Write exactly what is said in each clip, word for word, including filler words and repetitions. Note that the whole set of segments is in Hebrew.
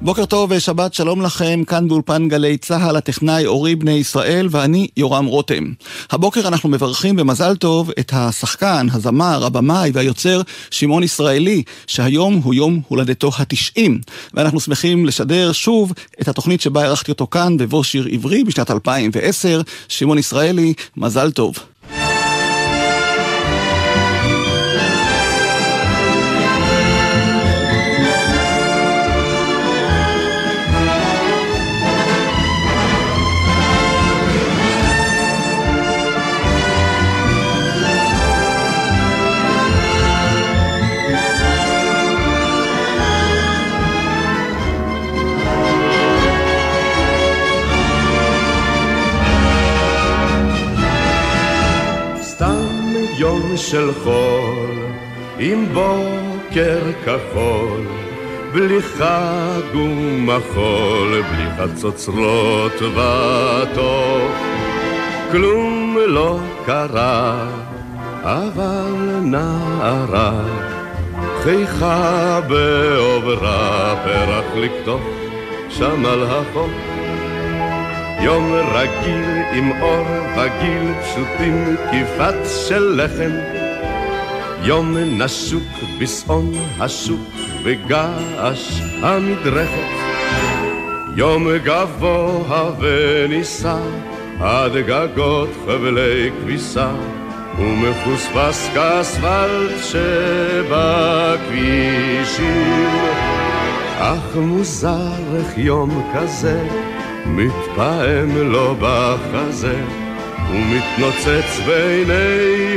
בוקר טוב ושבת שלום לכם, כאן באולפן גלי צהל, הטכנאי אורי בני ישראל ואני יורם רותם. הבוקר אנחנו מברכים במזל טוב את השחקן, הזמר, הבמאי והיוצר שמעון ישראלי, שהיום הוא יום הולדתו התשעים. ואנחנו שמחים לשדר שוב את התוכנית שבה ערכתי אותו כאן בבוא שיר עברי בשנת אלפיים ועשר. שמעון ישראלי, מזל טוב. יום של חול, עם בוקר כחול, בלי חג ומחול, בלי חצוצרות וטוב. כלום לא קרה, אבל נערה, חיכה בעוברה, פרח לקטוף שם על החוף. יום רגיל עם אור וגיל פשוטים כיפת של לחם, יום נשוק בסעון השוק וגעש המדרכת, יום גבוה וניסה עד גגות חבלי כביסה, ומחוספס כאספלט שבכבישים. אך מוזר איך יום כזה מתפעם לו בחזה ומתנוצץ בעיני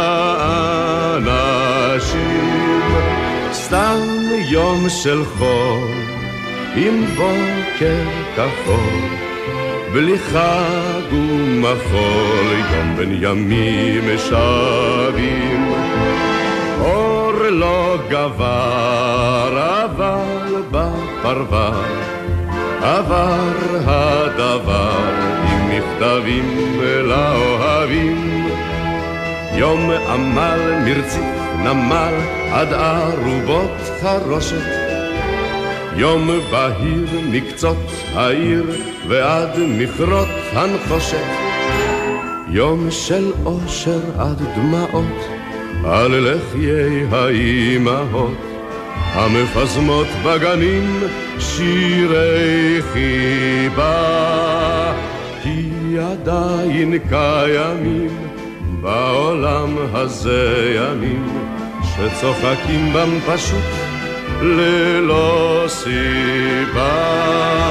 האנשים. סתם יום של חול עם בוקר כחול, בלי חג ומחול, יום בין ימים שווים. אור לא גבר אבל בפרבר עבר הדבר, עם מכתבים לאוהבים. יום עמל מרציף נמל עד ערובות חרושת, יום בהיר מקצות העיר ועד מכרות הנחושת, יום של אושר עד דמעות על לחיי האימהות, המפזמות בגנים שירי חיבה. כי עדיין קיימים בעולם הזה ימים שצוחקים בם פשוט ללא סיבה.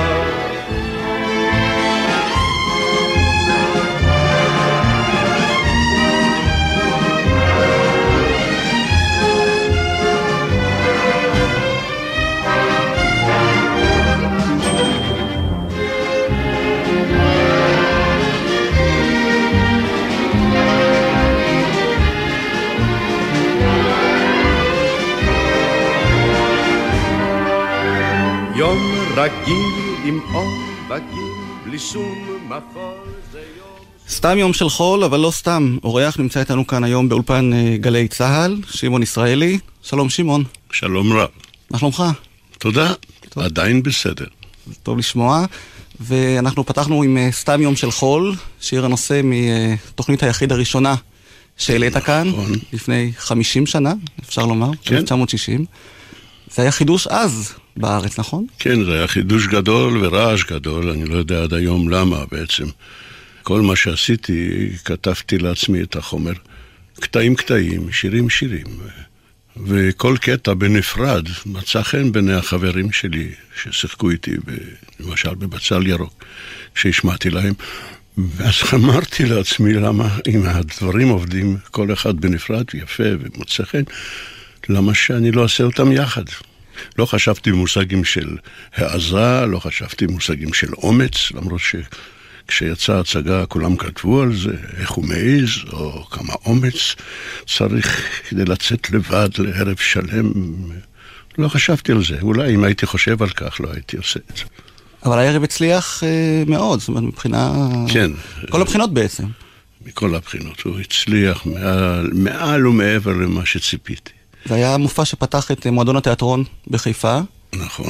יום רגיל עם אור בגיל בלי שום מחול, זה יום... סתם יום של חול, אבל לא סתם. אורח נמצא איתנו כאן היום באולפן גלי צהל, שמעון ישראלי. שלום שמעון. שלום רב. מה שלומך? תודה, טוב. עדיין בסדר. טוב לשמוע. ואנחנו פתחנו עם סתם יום של חול, שיר הנושא מתוכנית היחיד הראשונה שהעלית כאן, נכון. לפני חמישים שנה, אפשר לומר, כן. אלף תשע מאות שישים. זה היה חידוש אז בארץ, נכון? כן, זה היה חידוש גדול ורעש גדול, אני לא יודע עד היום למה בעצם. כל מה שעשיתי, כתבתי לעצמי את החומר, קטעים קטעים, שירים שירים, וכל קטע בנפרד מצא חן בעיני החברים שלי ששיחקו איתי, למשל בבצל ירוק, כשהשמעתי להם, ואז אמרתי לעצמי למה אם הדברים עובדים כל אחד בנפרד יפה ומוצא חן, למה שאני לא אעשה אותם יחד? לא חשבתי במושגים של העזה, לא חשבתי במושגים של אומץ, למרות שכשיצאה הצגה כולם כתבו על זה, איך הוא מעיז, או כמה אומץ צריך כדי לצאת לבד לערב שלם. לא חשבתי על זה, אולי אם הייתי חושב על כך לא הייתי עושה את זה. אבל הערב הצליח אה, מאוד, זאת אומרת מבחינה... כן. כל הבחינות בעצם. מכל הבחינות, הוא הצליח מעל, מעל ומעבר למה שציפיתי. זה היה מופע שפתח את מועדון התיאטרון בחיפה. נכון.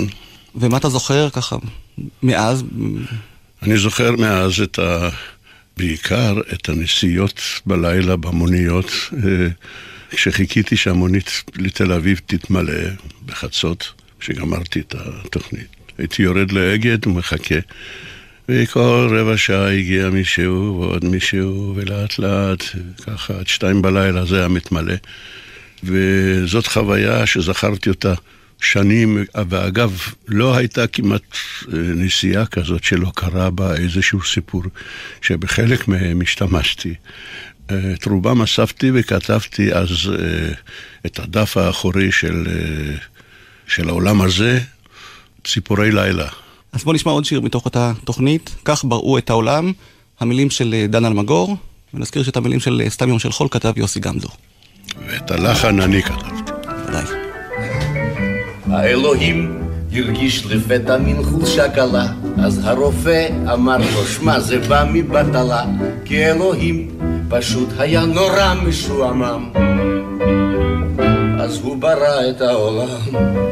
ומה אתה זוכר ככה מאז? אני זוכר מאז את ה... בעיקר את הנסיעות בלילה במוניות, כשחיכיתי שהמונית לתל אביב תתמלא בחצות, כשגמרתי את התוכנית. הייתי יורד לאגד ומחכה, וכל רבע שעה הגיע מישהו ועוד מישהו, ולאט לאט, ככה עד שתיים בלילה זה היה מתמלא. וזאת חוויה שזכרתי אותה שנים, ואגב, לא הייתה כמעט נסיעה כזאת שלא קרה בה איזשהו סיפור, שבחלק מהם השתמשתי. את רובם אספתי וכתבתי אז את הדף האחורי של, של העולם הזה, ציפורי לילה. אז בוא נשמע עוד שיר מתוך אותה תוכנית, כך בראו את העולם, המילים של דן אלמגור, ונזכיר שאת המילים של סתם יום של חול כתב יוסי גמזו. ואת הלחן אני כתבתי. ודאי. האלוהים הרגיש לפתע מין חולשה קלה, אז הרופא אמר לו, שמה זה בא מבטלה, כי אלוהים פשוט היה נורא משועמם. אז הוא ברא את העולם,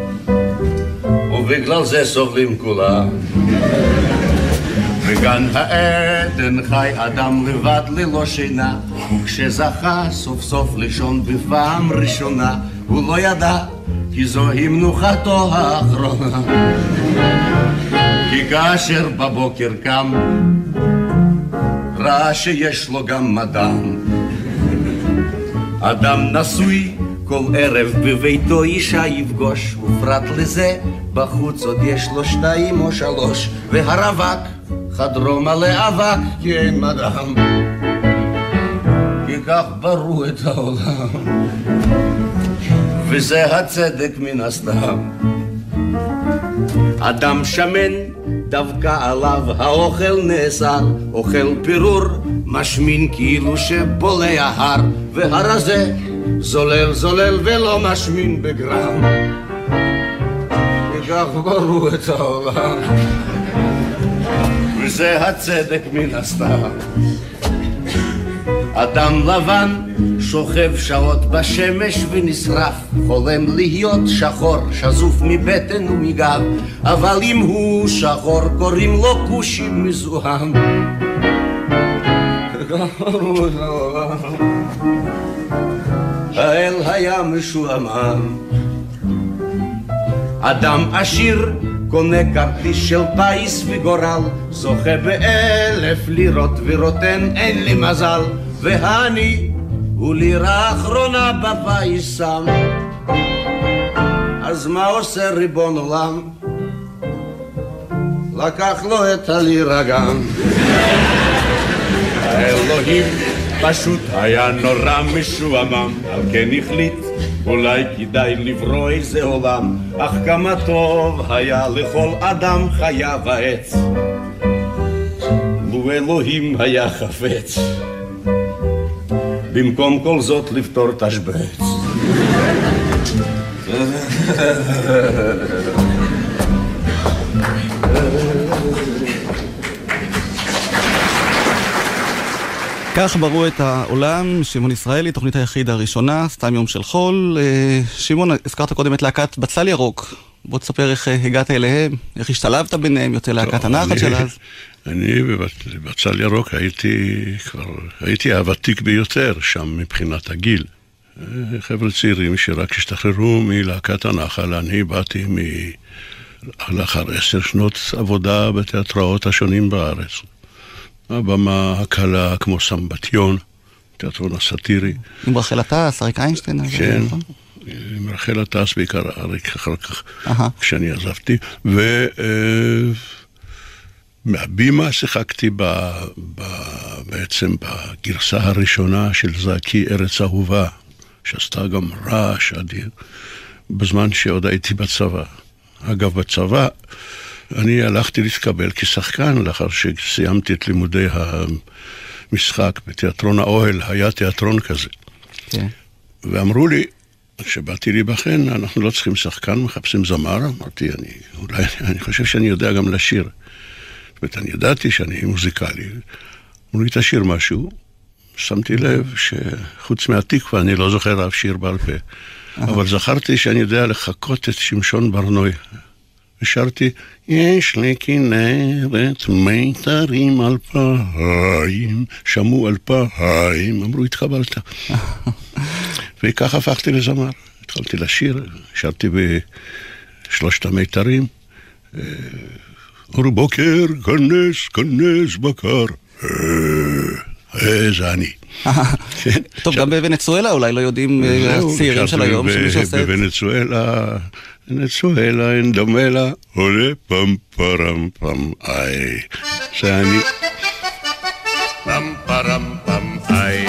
ובגלל זה סובלים כולם. בגן העדן חי אדם לבד ללא שינה, וכשזכה סוף סוף לישון בפעם ראשונה, הוא לא ידע כי זוהי מנוחתו האחרונה. כי כאשר בבוקר קם, ראה שיש לו גם מדם. אדם נשוי כל ערב בביתו אישה יפגוש, ופרט לזה בחוץ עוד יש לו שתיים או שלוש, והרווק חדרו מלא אבק כי אין מדם. כי כך ברו את העולם, וזה הצדק מן הסתם. אדם שמן דווקא עליו האוכל נאסר, אוכל פירור משמין כאילו שבולע הר, והרזה זולל זולל ולא משמין בגרם. וכך ברו את העולם, וזה הצדק מן הסתם. אדם לבן שוכב שעות בשמש ונשרף, חולם להיות שחור, שזוף מבטן ומגב, אבל אם הוא שחור קוראים לו כושי מזוהם. האל היה משועמם. אדם עשיר קונה כרטיס של פייס וגורל, זוכה באלף לירות ורוטן אין לי מזל, והני הוא לירה אחרונה בפייס שם. אז מה עושה ריבון עולם? לקח לו את הלירה גם. האלוהים פשוט היה נורא משועמם, על כן החליט אולי כדאי לברוא איזה עולם, אך כמה טוב היה לכל אדם חיה ועץ, לו אלוהים היה חפץ במקום כל זאת לפתור תשבץ. כך בראו את העולם, שמעון ישראלי, תוכנית היחיד הראשונה, סתם יום של חול. שמעון, הזכרת קודם את להקת בצל ירוק. בוא תספר איך הגעת אליהם, איך השתלבת ביניהם, יוצא להקת הנחת של אז. אני בבצל ירוק הייתי כבר, הייתי הוותיק ביותר שם מבחינת הגיל. חבר'ה צעירים שרק השתחררו מלהקת הנחל, אני באתי מ... לאחר עשר שנות עבודה בתיאטראות השונים בארץ. הבמה הקלה כמו סמבטיון, תיאטרון הסאטירי. עם רחל עטס, אריק איינשטיין. כן, עם רחל עטס בעיקר, אריק אחר כך, כשאני עזבתי. ומהבימה שיחקתי בעצם בגרסה הראשונה של זעקי ארץ אהובה, שעשתה גם רעש אדיר, בזמן שעוד הייתי בצבא. אגב, בצבא, אני הלכתי להתקבל כשחקן לאחר שסיימתי את לימודי המשחק בתיאטרון האוהל, היה תיאטרון כזה. כן. ואמרו לי, כשבאתי להיבחן, אנחנו לא צריכים שחקן, מחפשים זמר. אמרתי, אני, אולי, אני חושב שאני יודע גם לשיר. זאת אומרת, אני ידעתי שאני מוזיקלי. אמרו לי, תשיר משהו. שמתי לב שחוץ מהתקווה אני לא זוכר אף שיר בעל פה. אבל זכרתי שאני יודע לחכות את שמשון ברנוי. ושרתי, יש לי כנרת מיתרים אלפיים, שמעו אלפיים, אמרו, התקבלת. וכך הפכתי לזמר. התחלתי לשיר, שרתי בשלושת המיתרים. אור בוקר, כנס, כנס בקר. זה אני. טוב, גם בוונצואלה אולי לא יודעים הצעירים של היום שמי שעושה את... בוונצואלה, ונצואלה, אין דומה לה, עולה פם פרם פם איי. זה אני. פם פרם פם איי.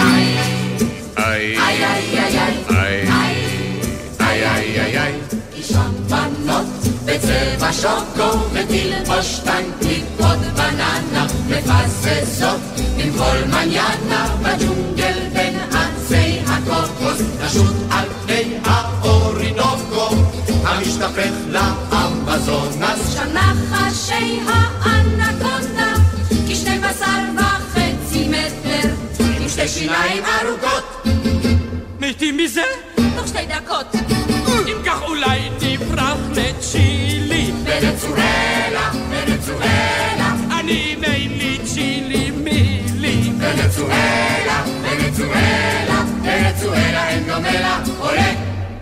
איי איי איי איי איי איי איי אישון בנות בצבע שוקו ותלבוש טנקית עוד בננה מפססות עם כל מניאנה בג'ונגל בין עצי הקוקוס נשות על פני האורינוקו המשתפך לאמזונס שנחשי האנקונדה כשני בשר וחצי מטר עם שתי שיניים ארוכות מתים מזה? תוך שתי דקות אם כך אולי נברח לצ'ילי ונצואלה, ונצואלה אני מילי צ'ילי מילי ונצואלה, ונצואלה ונצואלה אין דומה לה עולה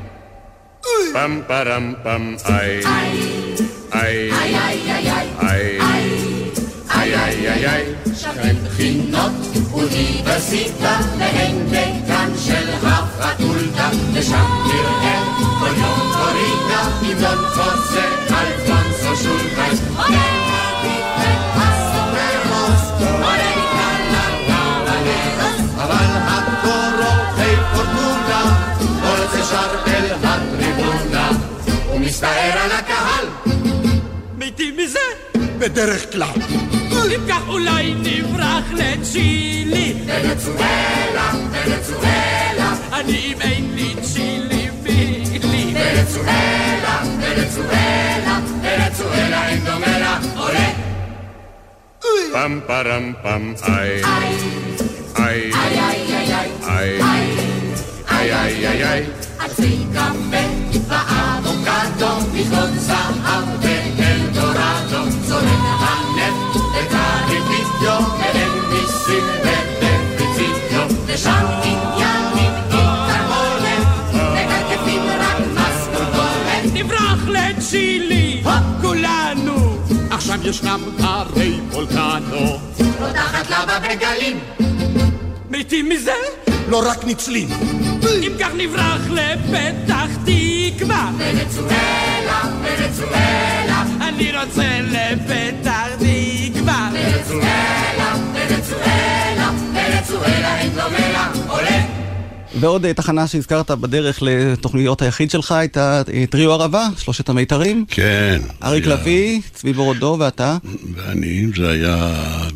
פם פרם פם איי איי איי איי איי איי איי איי איי איי שווים בחינות אוניברסיטה והן ביתן של החתולתה ושם נראה כל יום קורינה עם דון חוסה אלפונסו שולחן עולה הסופרוס עולה נקרא לנאלרוס אבל הקורוחי פורטונה עולה שר אל הטריבונה ומסתער על הקהל מתים מזה? בדרך כלל אם כך אולי נברח לצ'ילי ונצואלה, ונצואלה אני מילי צ'ילי מילי ונצואלה, ונצואלה ונצואלה אין דומה לה עולה פם פרם פם איי איי איי איי איי איי איי איי איי איי עצי קפה ואבוקדו מכלות זהב ואלדורדו זורק הנפט את הריפידיו ואין מיסים ודפיצידיו ושם עניינים איתרמולת וקרקפים רק מסקורדולת נברח לצ'ילי כולנו עכשיו ישנם הרי וולקנו רותחת לבה בגלים מתים מזה? לא רק ניצלים אם כך נברח לפתח תקווה ונצואלה, ונצואלה אני רוצה לפתח תקווה ונצואלה, ונצואלה ונצואלה אין דומה לה עולה ועוד תחנה שהזכרת בדרך לתוכניות היחיד שלך הייתה טריו ערבה, שלושת המיתרים. כן. אריק לביא, צבי בורודו ואתה. ואני, זה היה...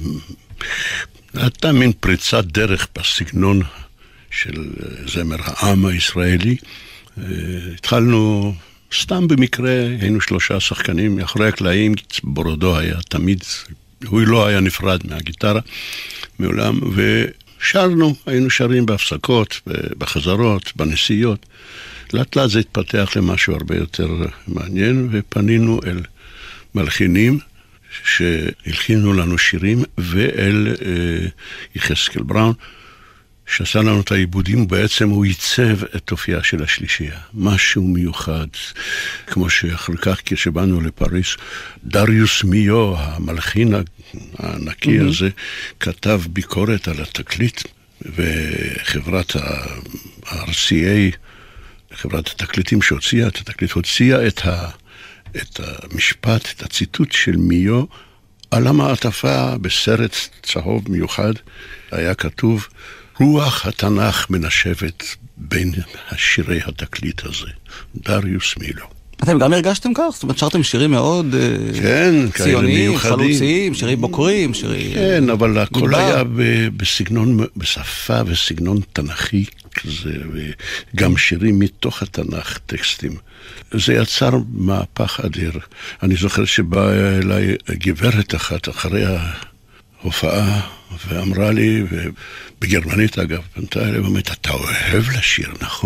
הייתה מין פריצת דרך בסגנון של זמר העם הישראלי. התחלנו סתם במקרה, היינו שלושה שחקנים מאחורי הקלעים, בורודו היה תמיד, הוא לא היה נפרד מהגיטרה מעולם, ושרנו, היינו שרים בהפסקות, בחזרות, בנסיעות. לאט לאט זה התפתח למשהו הרבה יותר מעניין, ופנינו אל מלחינים שהלחינו לנו שירים, ואל אה, יחזקאל בראון, שעשה לנו את העיבודים, בעצם הוא ייצב את אופייה של השלישייה. משהו מיוחד, כמו שאחר כך כשבאנו לפריס, דריוס מיו, המלחין הענקי mm-hmm. הזה, כתב ביקורת על התקליט, וחברת ה-אר סי איי, חברת התקליטים שהוציאה, את התקליט הוציאה את, ה, את המשפט, את הציטוט של מיו, על המעטפה בסרט צהוב מיוחד, היה כתוב, רוח התנ"ך מנשבת בין השירי התקליט הזה. דריוס מילו. אתם גם הרגשתם כך? זאת אומרת, שרתם שירים מאוד כן, ציוניים, חלוציים, שירים בוקרים, שירים... כן, אבל הכל היה בסגנון, בשפה וסגנון תנ"כי כזה, וגם שירים מתוך התנ"ך, טקסטים. זה יצר מהפך אדיר. אני זוכר שבאה אליי גברת אחת אחרי ההופעה, ואמרה לי, ובגרמנית אגב, פנתה אליי ואומרת, אתה אוהב לשיר, נכון?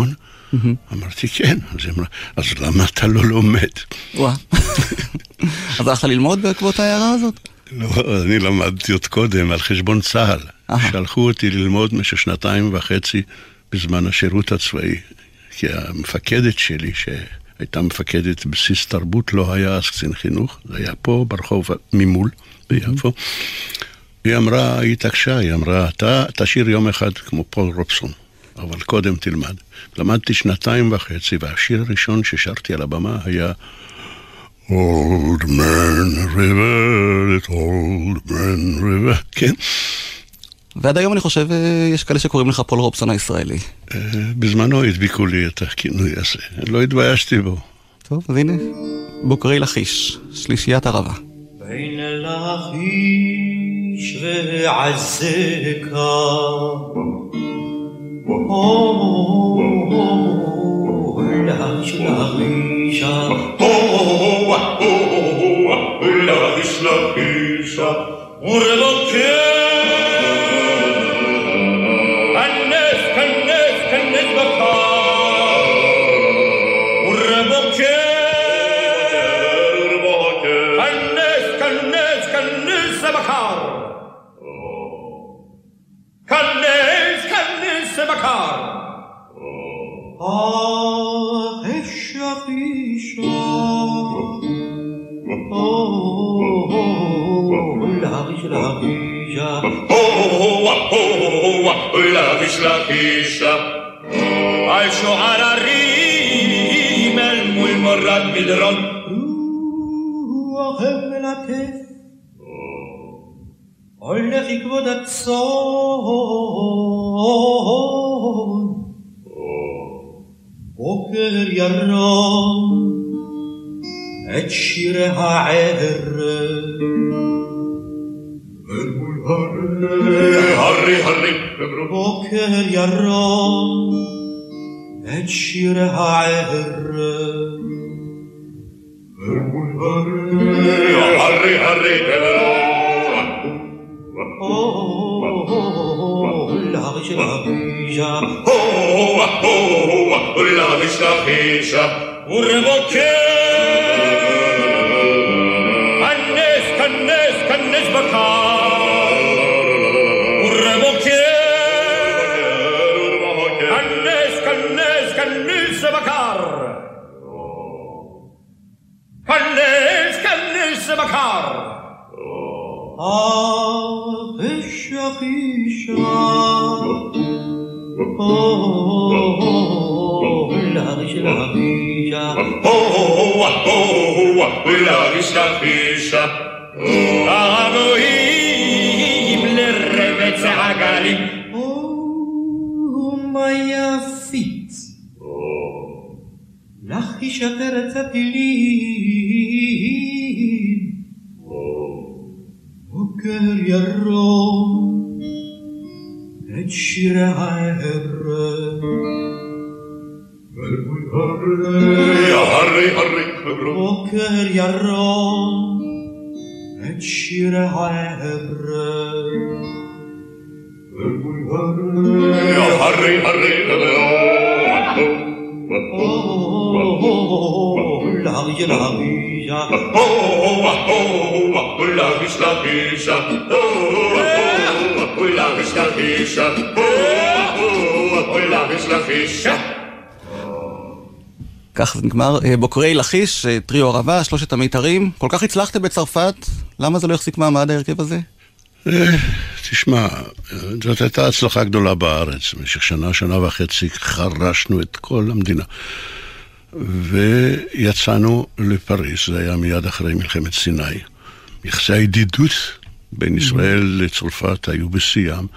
אמרתי, כן. אז, אמר, אז למה אתה לא לומד? וואה. אז הלכת ללמוד בעקבות ההערה הזאת? לא, אני למדתי עוד קודם על חשבון צה"ל. שלחו אותי ללמוד במשך שנתיים וחצי בזמן השירות הצבאי. כי המפקדת שלי, שהייתה מפקדת בסיס תרבות, לא היה אז קצין חינוך. זה היה פה ברחוב ממול, ביפו. היא אמרה, היא התעקשה, היא אמרה, אתה תשאיר יום אחד כמו פול רובסון, אבל קודם תלמד. למדתי שנתיים וחצי, והשיר הראשון ששרתי על הבמה היה Old Man River, it Old Man River, כן. ועד היום אני חושב, יש כאלה שקוראים לך פול רובסון הישראלי. בזמנו הדביקו לי את הכינוי הזה, לא התביישתי בו. טוב, אז הנה, בוקרי לכיש, שלישיית ערבה. בין לכיש ועזקה לכיש לכישה לכיש לכישה ורבוקר כנס כנס כנס בקר ורבוקר כנס כנס כנס בקר כנס כנס בקר לכיש לכישה לכיש לכישה לכיש לכישה על שוער הרים אל מול מורד מדרון רוח מלטף הולך כבוד הצאן בוקר ירון את שיר הערב אל מול הרי הרי בוקר ירון את שיר הערב אל מול הרי הרי לכיש לכישה לכיש לכישה ורבוקר כנס כנס כנס בקר ורבוקר כנס כנס כנס בקר כנס כנס בקר לכיש לכישה לכיש לכישה לכיש לכישה הגויים לרבץ העגלים מה יפית לכיש ארץ הטילים בוקר ירון את שיר הערב הרי הרי בוקר ירון את שיר הערב הרי הרי לכיש לכישה לכיש לכישה לכיש לכישה לכיש לכישה. כך זה נגמר, בוקרי לכיש, טריו ערבה, שלושת המיתרים. כל כך הצלחתם בצרפת, למה זה לא יחזיק מעמד ההרכב הזה? תשמע, זאת הייתה הצלחה גדולה בארץ. במשך שנה, שנה וחצי חרשנו את כל המדינה. ויצאנו לפריז, זה היה מיד אחרי מלחמת סיני. יחסי הידידות בין ישראל לצרפת היו בשיאם,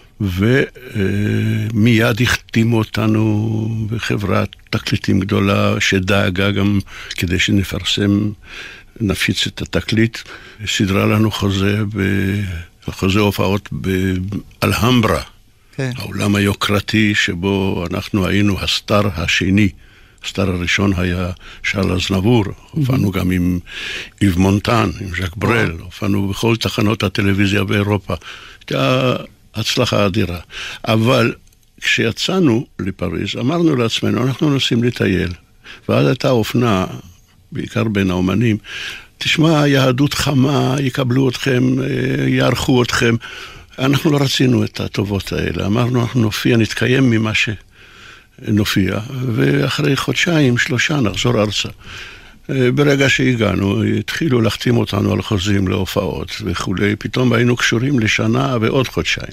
ומיד החתימו אותנו בחברת תקליטים גדולה שדאגה גם כדי שנפרסם, נפיץ את התקליט. סדרה לנו חוזה, חוזה הופעות באלהמברה, כן. העולם היוקרתי שבו אנחנו היינו הסטאר השני. הסטאר הראשון היה שרל אזנבור, הופענו גם עם איב מונטן, עם ז'ק ברל, הופענו בכל תחנות הטלוויזיה באירופה. הייתה הצלחה אדירה. אבל כשיצאנו לפריז, אמרנו לעצמנו, אנחנו נוסעים לטייל. ואז הייתה אופנה, בעיקר בין האומנים, תשמע, יהדות חמה, יקבלו אתכם, יערכו אתכם. אנחנו לא רצינו את הטובות האלה. אמרנו, אנחנו נופיע, נתקיים ממה שנופיע, ואחרי חודשיים, שלושה, נחזור ארצה. ברגע שהגענו, התחילו להחתים אותנו על חוזים להופעות וכולי, פתאום היינו קשורים לשנה ועוד חודשיים.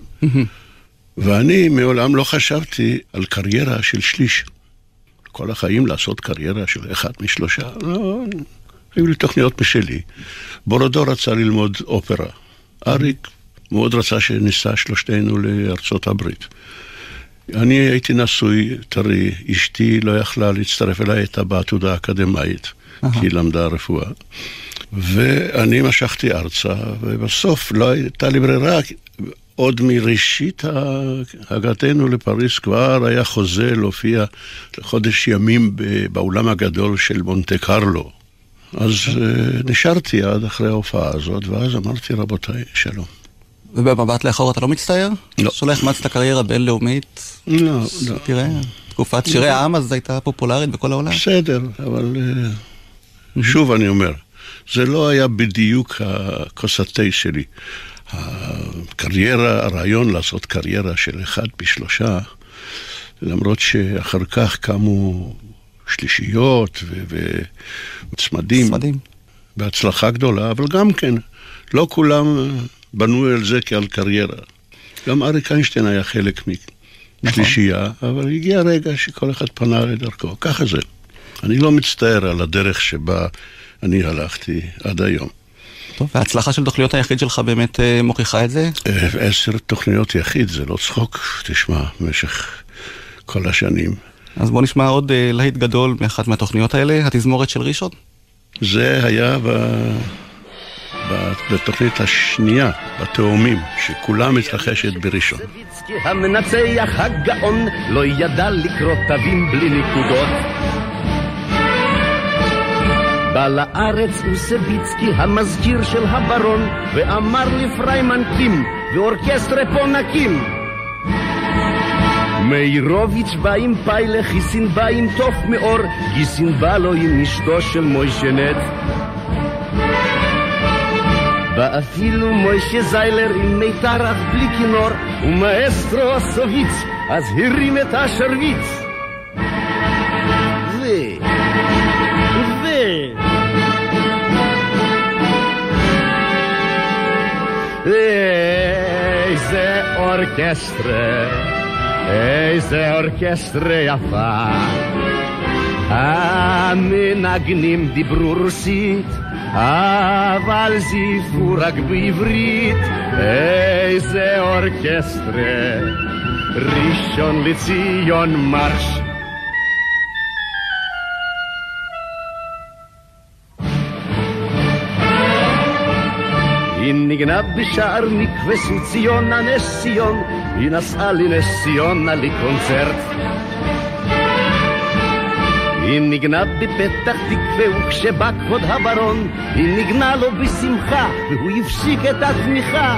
ואני מעולם לא חשבתי על קריירה של שליש. כל החיים לעשות קריירה של אחד משלושה, לא, היו לי תוכניות משלי. בורודו רצה ללמוד אופרה. אריק מאוד רצה שניסע שלושתנו לארצות הברית. אני הייתי נשוי, טרי, אשתי לא יכלה להצטרף אליי, הייתה בעתודה אקדמאית, כי היא למדה רפואה. ואני משכתי ארצה, ובסוף לא הייתה לי ברירה, עוד מראשית הגעתנו לפריז כבר היה חוזה להופיע לחודש ימים באולם הגדול של מונטה קרלו. אז נשארתי עד אחרי ההופעה הזאת, ואז אמרתי, רבותיי, שלום. ובמבט לאחור אתה לא מצטער? לא. שלא החמצת קריירה בינלאומית? לא, לא. תראה, תקופת שירי העם אז הייתה פופולרית בכל העולם. בסדר, אבל שוב אני אומר, זה לא היה בדיוק הכוסתי שלי. הקריירה, הרעיון לעשות קריירה של אחד בשלושה, למרות שאחר כך קמו שלישיות וצמדים. צמדים. בהצלחה גדולה, אבל גם כן, לא כולם בנו על זה כעל קריירה. גם אריק איינשטיין היה חלק משלישייה, אבל הגיע רגע שכל אחד פנה לדרכו. ככה זה. אני לא מצטער על הדרך שבה אני הלכתי עד היום. טוב, וההצלחה של תוכניות היחיד שלך באמת אה, מוכיחה את זה? עשר תוכניות יחיד, זה לא צחוק, תשמע, במשך כל השנים. אז בוא נשמע עוד אה, להיט גדול מאחת מהתוכניות האלה, התזמורת של ראשון. זה היה ב... ב... בתוכנית השנייה, בתאומים, שכולם מתרחשת בראשון. המנצח הגאון לא ידע לקרוא תווים בלי נקודות. בא לארץ אוסביצקי המזכיר של הברון ואמר לפריימן קים ואורקסטרה פה נקים. מאירוביץ' בא עם פיילה, חיסין בא עם טוף מאור, גיסין בא לו עם אשתו של מוישנט. בא אפילו מוישה זיילר עם מיתר אף בלי כינור, ומאסטרו הסוביץ אז הרים את השרביץ. ו... ו... איזה אורקסטרה, איזה אורקסטרה יפה. המנגנים דיברו רוסית, אבל זיפו רק בעברית. איזה אורקסטרה, ראשון לציון מרש. היא נגנה בשער מקווה ציונה נס ציון, היא נסעה לנס ציונה לקונצרט. היא נגנה בפתח תקווה וכשבא כבוד הברון, היא נגנה לו בשמחה והוא הפסיק את התמיכה.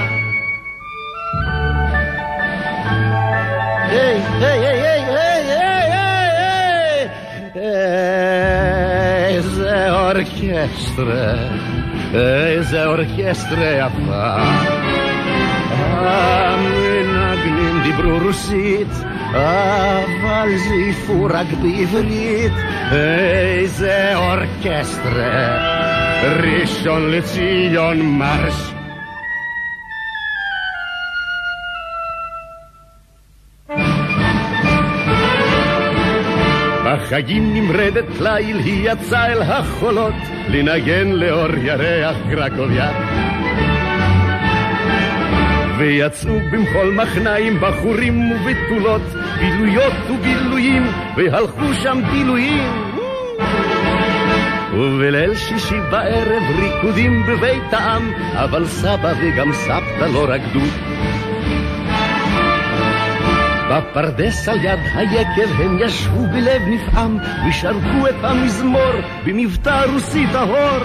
היי, היי, היי, היי, היי, היי, איזה אורקסטרה, איזה אורקסטרה יפה. המנגנים דיברו רוסית, אבל זיפו רק בעברית. איזה אורקסטרה, ראשון לציון מרש. בחגים נמרדת ליל היא יצאה אל החולות לנגן לאור ירח קרקוביאק. ויצאו במחול מחניים בחורים ובתולות, בילויות ובילויים, והלכו שם בילויים. ובליל שישי בערב ריקודים בבית העם, אבל סבא וגם סבתא לא רקדו. בפרדס על יד היקב הם ישבו בלב נפעם, ושרקו את המזמור במבטא רוסי טהור.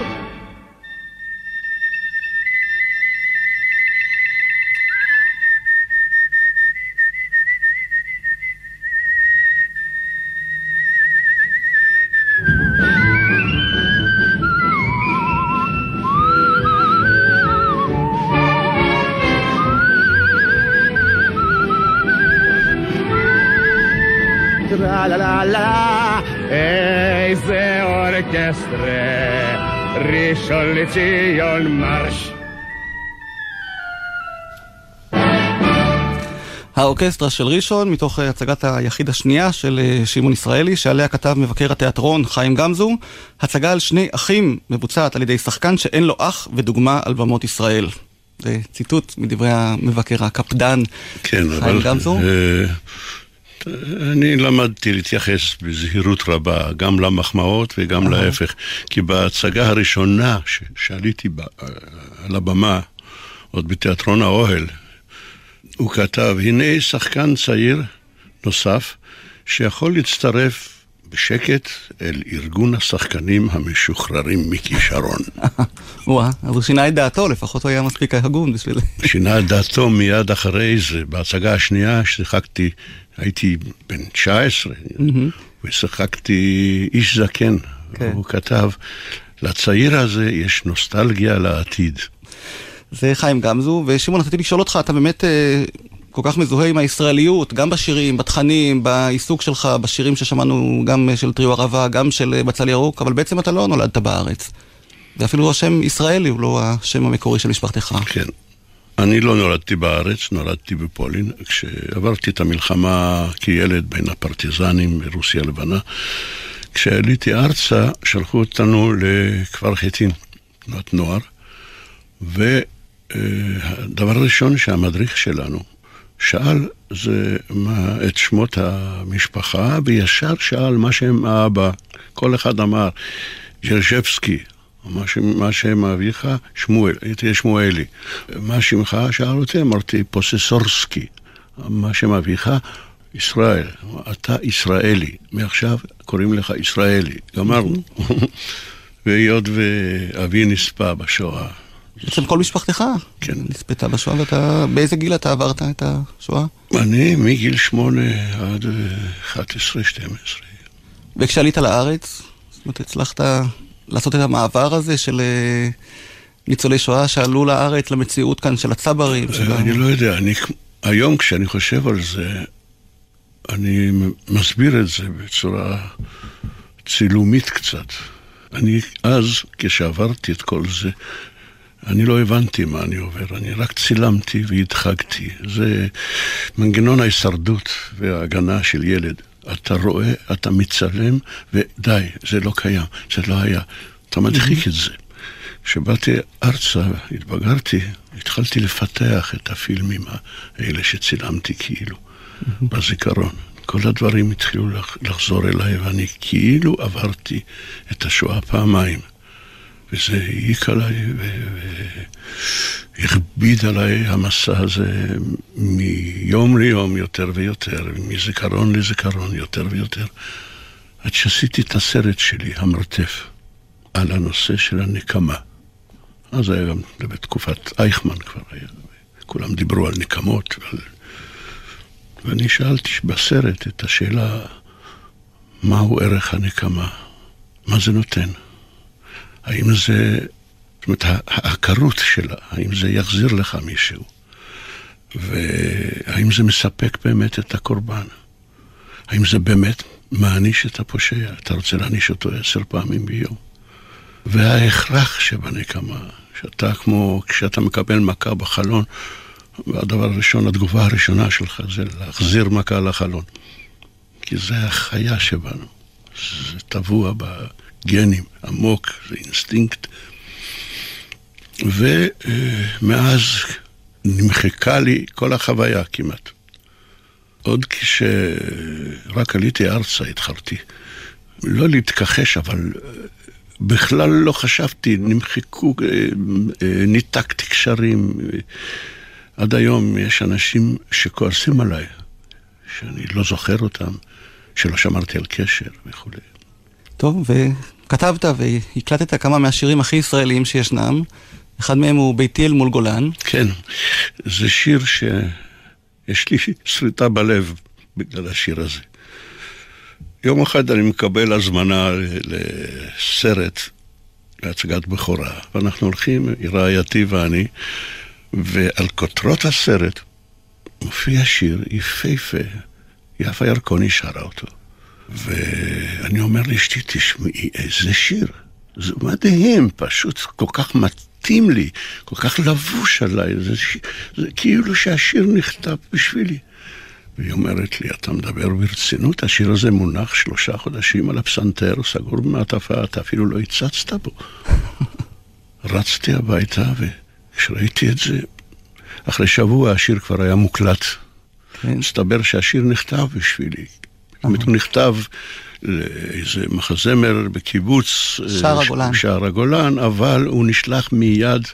לה לה לה לה, איזה אורקסטרה, ראשון לציון מרש. האורקסטרה של ראשון, מתוך הצגת היחיד השנייה של שמעון ישראלי, שעליה כתב מבקר התיאטרון חיים גמזו, הצגה על שני אחים מבוצעת על ידי שחקן שאין לו אח ודוגמה על במות ישראל. זה ציטוט מדברי המבקר הקפדן כן, חיים אבל, גמזו. אה, אני למדתי להתייחס בזהירות רבה, גם למחמאות וגם להפך, כי בהצגה הראשונה שעליתי בה, על הבמה, עוד בתיאטרון האוהל, הוא כתב, הנה שחקן צעיר נוסף שיכול להצטרף בשקט אל ארגון השחקנים המשוחררים מכישרון. וואה, אז הוא שינה את דעתו, לפחות הוא היה מספיק הגון בשביל... שינה את דעתו מיד אחרי זה, בהצגה השנייה ששיחקתי, הייתי בן תשע עשרה, ושיחקתי איש זקן. הוא כתב, לצעיר הזה יש נוסטלגיה לעתיד. זה חיים גמזו, ושמעון, רציתי לשאול אותך, אתה באמת אה, כל כך מזוהה עם הישראליות, גם בשירים, בתכנים, בעיסוק שלך, בשירים ששמענו גם של טריו ערבה, גם של בצל ירוק, אבל בעצם אתה לא נולדת בארץ. ואפילו השם ישראלי הוא לא השם המקורי של משפחתך. כן. אני לא נולדתי בארץ, נולדתי בפולין. כשעברתי את המלחמה כילד בין הפרטיזנים ברוסיה הלבנה, כשעליתי ארצה, שלחו אותנו לכפר חיטין, תנועת נוער, והדבר הראשון שהמדריך שלנו שאל זה מה, את שמות המשפחה, וישר שאל מה שם האבא. כל אחד אמר, ג'רז'בסקי, מה שם, מה שם אביך? שמואל, הייתי שמואלי. מה שמך? שאל אותי, אמרתי, פוססורסקי. מה שם אביך? ישראל. אתה ישראלי. מעכשיו קוראים לך ישראלי. גמרנו. והיות ואבי נספה בשואה. בעצם כל משפחתך כן. נספתה בשואה, ואתה, באיזה גיל אתה עברת את השואה? אני מגיל שמונה עד אחת עשרה שתים עשרה. וכשעלית לארץ, זאת אומרת, הצלחת לעשות את המעבר הזה של ניצולי שואה שעלו לארץ למציאות כאן של הצברים? אני לא יודע, אני, היום כשאני חושב על זה, אני מסביר את זה בצורה צילומית קצת. אני אז, כשעברתי את כל זה, אני לא הבנתי מה אני עובר, אני רק צילמתי והדחקתי. זה מנגנון ההישרדות וההגנה של ילד. אתה רואה, אתה מצלם, ודי, זה לא קיים, זה לא היה. אתה מדחיק את זה. כשבאתי ארצה, התבגרתי, התחלתי לפתח את הפילמים האלה שצילמתי כאילו, בזיכרון. כל הדברים התחילו לחזור אליי, ואני כאילו עברתי את השואה פעמיים. וזה העיק עליי והכביד עליי המסע הזה מיום ליום יותר ויותר, מזיכרון לזיכרון יותר ויותר, עד שעשיתי את הסרט שלי, המרתף, על הנושא של הנקמה. אז היה גם בתקופת אייכמן כבר היה, כולם דיברו על נקמות, ועל... ואני שאלתי בסרט את השאלה, מהו ערך הנקמה? מה זה נותן? האם זה, זאת אומרת, העקרות שלה, האם זה יחזיר לך מישהו? והאם זה מספק באמת את הקורבן? האם זה באמת מעניש את הפושע? אתה רוצה להעניש אותו עשר פעמים ביום? וההכרח שבנקמה, שאתה כמו, כשאתה מקבל מכה בחלון, והדבר הראשון, התגובה הראשונה שלך זה להחזיר מכה לחלון. כי זה החיה שבנו. זה טבוע בגנים, עמוק, זה אינסטינקט. ומאז נמחקה לי כל החוויה כמעט. עוד כשרק עליתי ארצה התחלתי. לא להתכחש, אבל בכלל לא חשבתי, נמחקו, ניתקתי קשרים. עד היום יש אנשים שכועסים עליי, שאני לא זוכר אותם, שלא שמרתי על קשר וכו'. טוב, וכתבת והקלטת כמה מהשירים הכי ישראליים שישנם. אחד מהם הוא ביתי אל מול גולן. כן, זה שיר שיש לי שריטה בלב בגלל השיר הזה. יום אחד אני מקבל הזמנה לסרט, להצגת בכורה, ואנחנו הולכים, רעייתי ואני, ועל כותרות הסרט מופיע שיר יפהפה, יפה ירקוני שרה אותו. ואני אומר לאשתי, תשמעי, איזה שיר. זה מדהים, פשוט כל כך מתאים לי, כל כך לבוש עליי, זה, זה כאילו שהשיר נכתב בשבילי. והיא אומרת לי, אתה מדבר ברצינות, השיר הזה מונח שלושה חודשים על הפסנתר, סגור במעטפה, אתה אפילו לא הצצת בו. רצתי הביתה, וכשראיתי את זה, אחרי שבוע השיר כבר היה מוקלט. הסתבר שהשיר נכתב בשבילי. הוא נכתב לאיזה מחזמר בקיבוץ שער הגולן. שער הגולן, אבל הוא נשלח מיד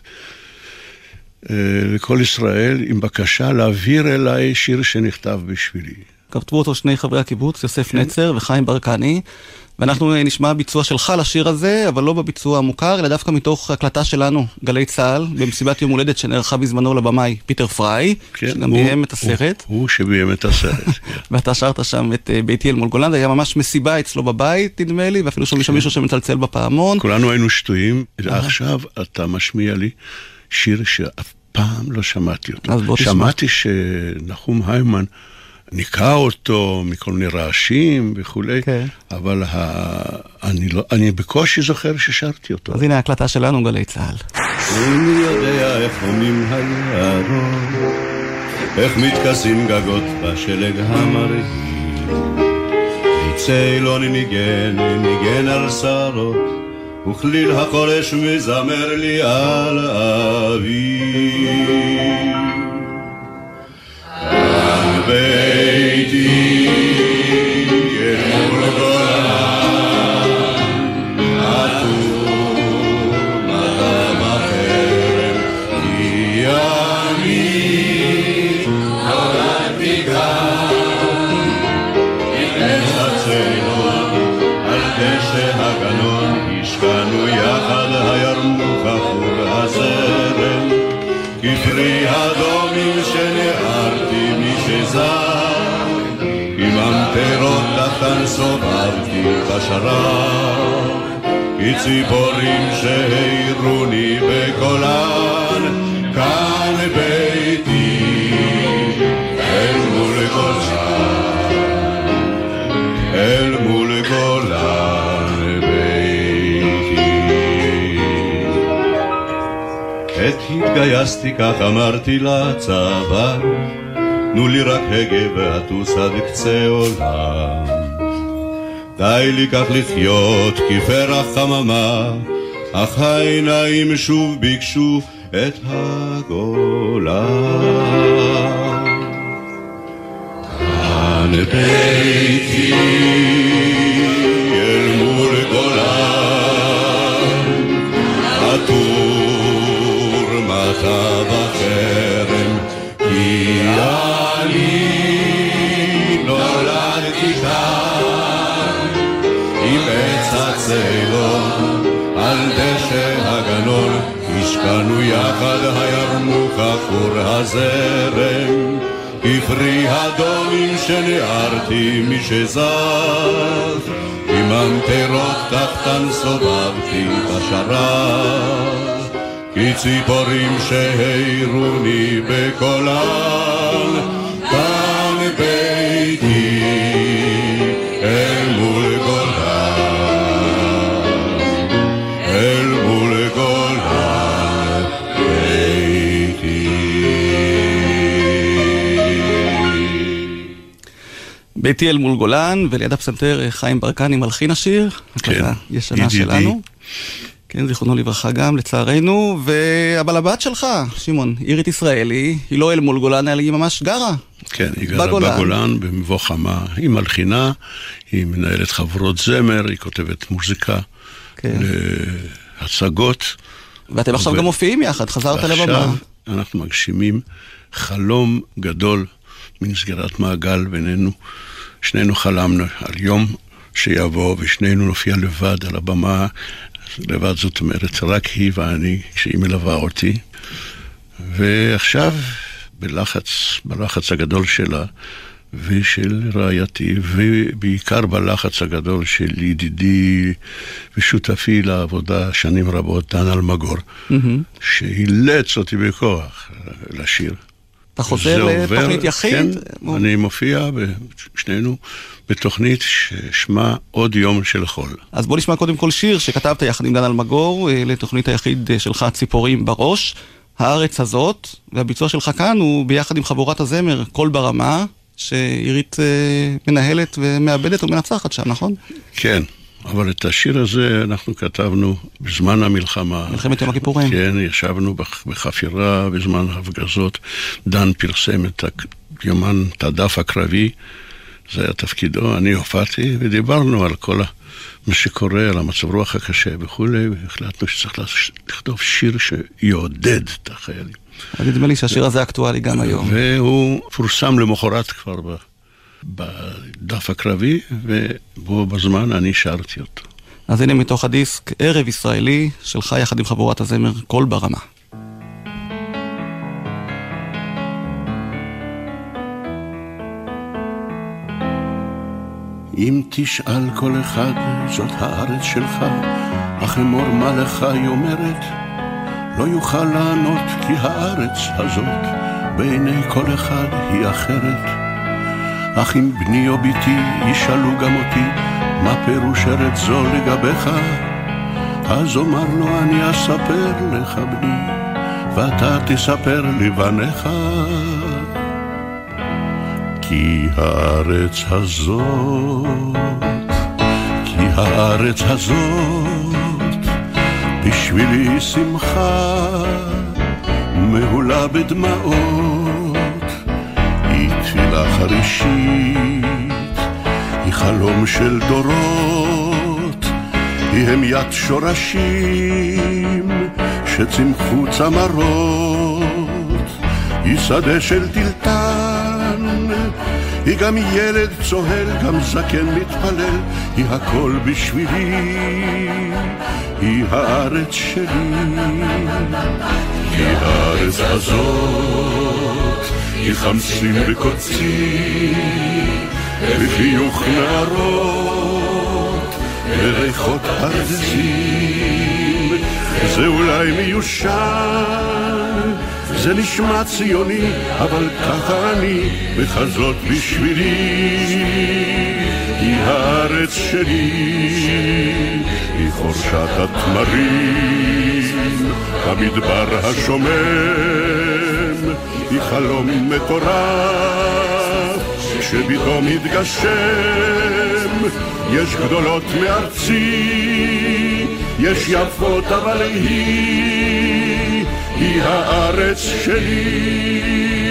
לכל ישראל עם בקשה להעביר אליי שיר שנכתב בשבילי. כתבו אותו שני חברי הקיבוץ, יוסף כן. נצר וחיים ברקני, ואנחנו נשמע ביצוע שלך לשיר הזה, אבל לא בביצוע המוכר, אלא דווקא מתוך הקלטה שלנו, גלי צהל, במסיבת יום הולדת שנערכה בזמנו לבמאי פיטר פריי, כן, שגם הוא, ביים את הסרט. הוא, הוא שביים את הסרט. ואתה שרת שם את ביתי אל מול גולן, היה ממש מסיבה אצלו בבית, נדמה לי, ואפילו שם מישהו שמצלצל בפעמון. כולנו היינו שטויים, עכשיו אתה משמיע לי שיר שאף פעם לא שמעתי אותו. שמעתי שנחום היימן ניקה אותו מכל מיני רעשים וכולי, okay. אבל ה... אני, לא... אני בקושי זוכר ששרתי אותו. אז הנה ההקלטה שלנו, גלי צהל. אני יודע איך עונים היערות, איך מתכסים גגות בשלג המרהיב, צילון ניגן, ניגן על שרות, וכליל החורש מזמר לי על אביב. על ביתי אל מול גולן, עטור מטר בחרם, כי אני נולדתי כאן, עם הצילון על דשא הגנון, השקענו יחד הירמוך החור הזרם, כפרי הדומים שנערתי משזר, עם המטרות תחתן סובבתי בשרב, כי ציפורים שהירוני בקולן, כאן ביתי אל מול גולן, אל מול גולן ביתי. עת התגייסתי כך אמרתי לצבא, תנו לי רק הגה ואטוס עד קצה עולם, די לי כך לחיות כפרח חממה, אך העיניים שוב ביקשו את הגולן. כאן ביתי אל מול גולן, עטור מטה בחרם, כי אני נולדתי כאן, עם עץ הצילון על דשא הגנון, השקענו יחד הירמוך החור הזרם, כפרי הדומים שנערתי משזר, עם המטרות תחתן סובבתי בשרב, כי ציפורים שהירוני בקולן, כאן ביתי אל מול גולן, אל מול גולן ביתי. ביתי אל מול גולן, וליד הפסנתר חיים ברקני מלחין השיר, הקלטה ישנה שלנו. כן, זיכרונו לברכה גם, לצערנו, אבל הבת שלך, שמעון, עירית ישראלי, היא לא אל מול גולן, אלא היא ממש גרה. כן, היא גרה בגולן, בגולן במבוא חמה, היא מלחינה, היא מנהלת חברות זמר, היא כותבת מוזיקה, כן. להצגות. ואתם עכשיו ו... גם מופיעים יחד, חזרת לבמה. עכשיו אנחנו מגשימים חלום גדול, מן סגירת מעגל בינינו, שנינו חלמנו על יום שיבוא, ושנינו נופיע לבד על הבמה, לבד זאת אומרת, רק היא ואני, כשהיא מלווה אותי. ועכשיו, בלחץ, בלחץ הגדול שלה, ושל רעייתי, ובעיקר בלחץ הגדול של ידידי ושותפי לעבודה שנים רבות, דן אלמגור, mm-hmm. שהילץ אותי בכוח לשיר. אתה חוזר לתוכנית יחיד? כן, אני מופיע, ושנינו בתוכנית ששמה עוד יום של חול. אז בוא נשמע קודם כל שיר שכתבת יחד עם דן אלמגור לתוכנית היחיד שלך ציפורים בראש, הארץ הזאת, והביצוע שלך כאן הוא ביחד עם חבורת הזמר קול ברמה, שעירית מנהלת ומאבדת ומנצחת שם, נכון? כן, אבל את השיר הזה אנחנו כתבנו בזמן המלחמה. מלחמת יום הכיפורים. כן, ישבנו בחפירה בזמן הפגזות. דן פרסם את היומן, את הדף הקרבי, זה היה תפקידו, אני הופעתי ודיברנו על כל מה שקורה, על המצב רוח הקשה וכולי, והחלטנו שצריך לכתוב שיר שיעודד את החיילים. נדמה לי שהשיר הזה אקטואלי גם היום. והוא פורסם למחרת כבר בדף הקרבי, ובו בזמן אני שרתי אותו. אז הנה מתוך הדיסק ערב ישראלי שלך יחד עם חבורת הזמר קול ברמה. אם תשאל כל אחד זאת הארץ שלך, אך אמור מה לך היא אומרת, לא יוכל לענות כי הארץ הזאת בעיני כל אחד היא אחרת. אך אם בני או ביתי ישאלו גם אותי מה פירוש ארץ זו לגביך, אז אומר לו אני אספר לך בני ואתה תספר לבניך. כי הארץ הזאת, כי הארץ הזאת בשבילי שמחה מהולה בדמעות, היא תפילה חרישית, היא חלום של דורות, היא המיית שורשים שצמחו צמרות, היא שדה של טלטן, היא גם ילד צוהל, גם זקן מתפלל, היא הכל בשבילי, היא הארץ שלי. כי הארץ הזאת היא חמסים וקוצים, וחיוך נערות וריחות ארזים. זה אולי מיושן, זה נשמע ציוני, אבל ככה אני, וחזות בשבילי. היא הארץ שלי, היא חורשת התמרים, המדבר השומם, היא חלום מטורף שפתאום מתגשם. יש גדולות מארצי, יש יפות אבל היא, היא הארץ שלי.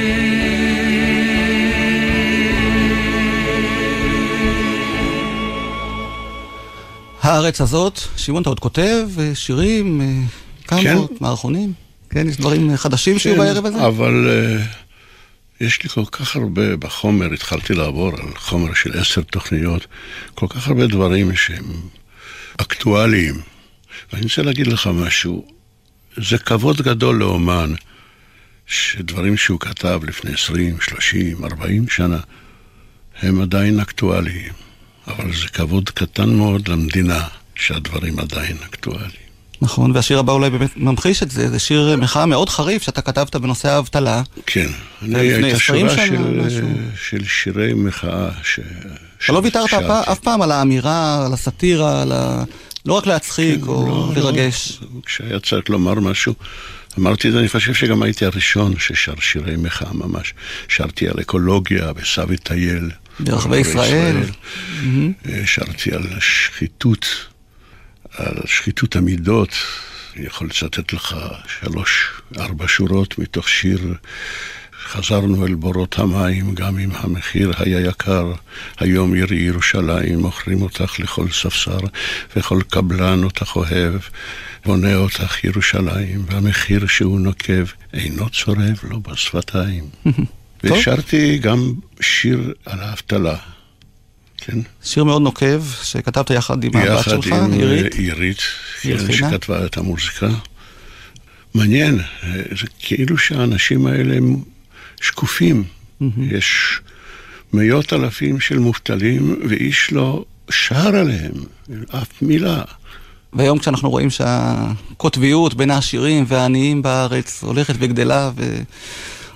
הארץ הזאת, שמעון, אתה עוד כותב שירים, כמה כן. מערכונים? כן, יש דברים חדשים כן, שיהיו בערב הזה? אבל uh, יש לי כל כך הרבה בחומר, התחלתי לעבור על חומר של עשר תוכניות, כל כך הרבה דברים שהם אקטואליים. ואני רוצה להגיד לך משהו, זה כבוד גדול לאומן, שדברים שהוא כתב לפני עשרים, שלושים, ארבעים שנה, הם עדיין אקטואליים. אבל זה כבוד קטן מאוד למדינה, שהדברים עדיין אקטואליים. נכון, והשיר הבא אולי באמת ממחיש את זה, זה שיר מחאה מאוד חריף שאתה כתבת בנושא האבטלה. כן, אני הייתה שורה של, של שירי מחאה. ש... אתה לא ויתרת אף פעם על האמירה, על הסאטירה, על ה... לא רק להצחיק כן, או לא, לרגש. לא. כשהיה צריך לומר משהו, אמרתי את זה, אני חושב שגם הייתי הראשון ששר שירי מחאה ממש. שרתי על אקולוגיה וסבי טייל. ברחבי ישראל. שרתי על שחיתות, על שחיתות המידות. אני יכול לצטט לך שלוש, ארבע שורות מתוך שיר. חזרנו אל בורות המים, גם אם המחיר היה יקר. היום עיר ירושלים, מוכרים אותך לכל ספסר, וכל קבלן אותך אוהב, בונה אותך ירושלים, והמחיר שהוא נוקב אינו צורב לו בשפתיים. ושרתי גם שיר על האבטלה. כן? שיר מאוד נוקב, שכתבת יחד עם הבת שלך, יחד עם עירית. עירית, כן, שכתבה את המוזיקה. מעניין, זה כאילו שהאנשים האלה הם שקופים. יש מאות אלפים של מובטלים, ואיש לא שר עליהם, אף מילה. והיום כשאנחנו רואים שהקוטביות בין העשירים והעניים בארץ הולכת וגדלה,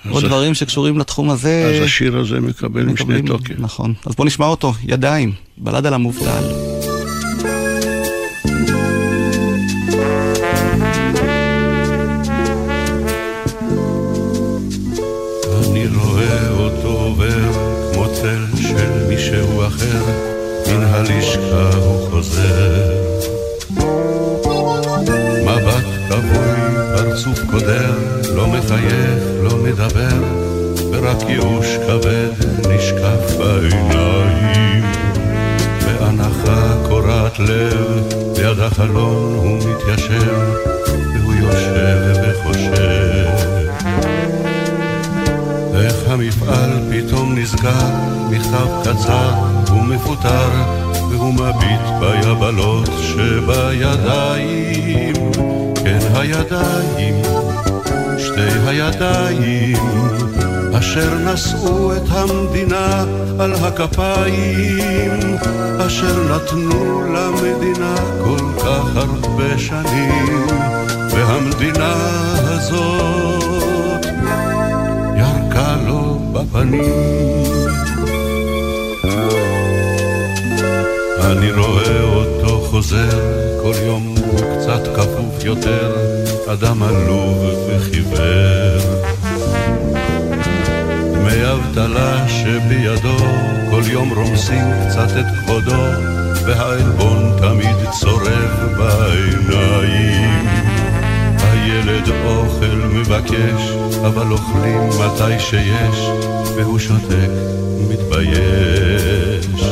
עוד דברים שקשורים לתחום הזה. אז השיר הזה מקבל משנה תוקף. נכון. אז בוא נשמע אותו, ידיים, בלד על המובטל. אני רואה אותו עובר כמו צל של מישהו אחר, מן הלשכה הוא חוזר. מבט כבוי, פרצוף קודר, לא מחייך, לא מדבר, ורק ייאוש כבד נשקף בעיניים. ואנחה קורעת לב, ליד החלון הוא מתיישב, והוא יושב וחושב. איך המפעל פתאום נסגר, מכתב קצר ומפוטר, והוא מביט ביבלות שבידיים. כן הידיים, שתי הידיים, אשר נשאו את המדינה על הכפיים, אשר נתנו למדינה כל כך הרבה שנים, והמדינה הזאת ירקה לו בפנים. אני רואה אותו חוזר, כל יום הוא קצת כפוף יותר, אדם עלוב וחיוור. דמי אבטלה שבידו, כל יום רומסים קצת את כבודו, והעלבון תמיד צורב בעיניים. הילד אוכל מבקש, אבל אוכלים מתי שיש, והוא שותק, מתבייש.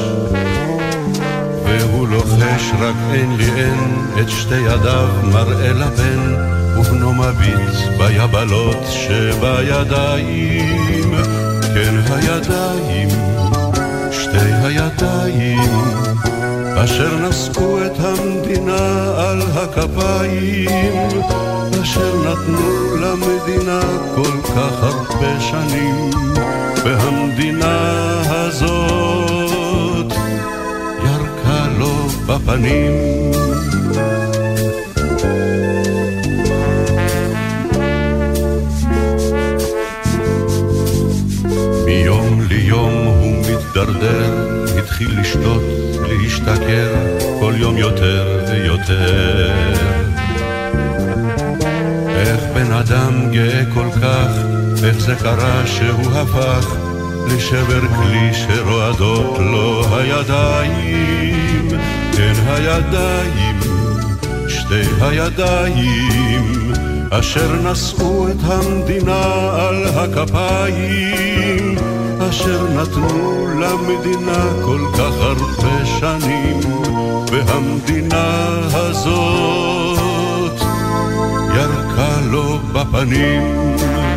והוא לוחש רק אין לי אין, את שתי ידיו מראה לבן, ובנו מביט ביבלות שבידיים. כן הידיים, שתי הידיים, אשר נשאו את המדינה על הכפיים, אשר נתנו למדינה כל כך הרבה שנים, והמדינה הזאת ירקה לו בפנים. מיום ליום הוא מתדרדר, התחיל לשתות, להשתכר, כל יום יותר ויותר. איך בן אדם גאה כל כך, איך זה קרה שהוא הפך לשבר כלי שרועדות לו הידיים. כן הידיים, שתי הידיים, אשר נשאו את המדינה על הכפיים, אשר נתנו למדינה כל כך הרבה שנים, והמדינה הזאת ירקה לו בפנים.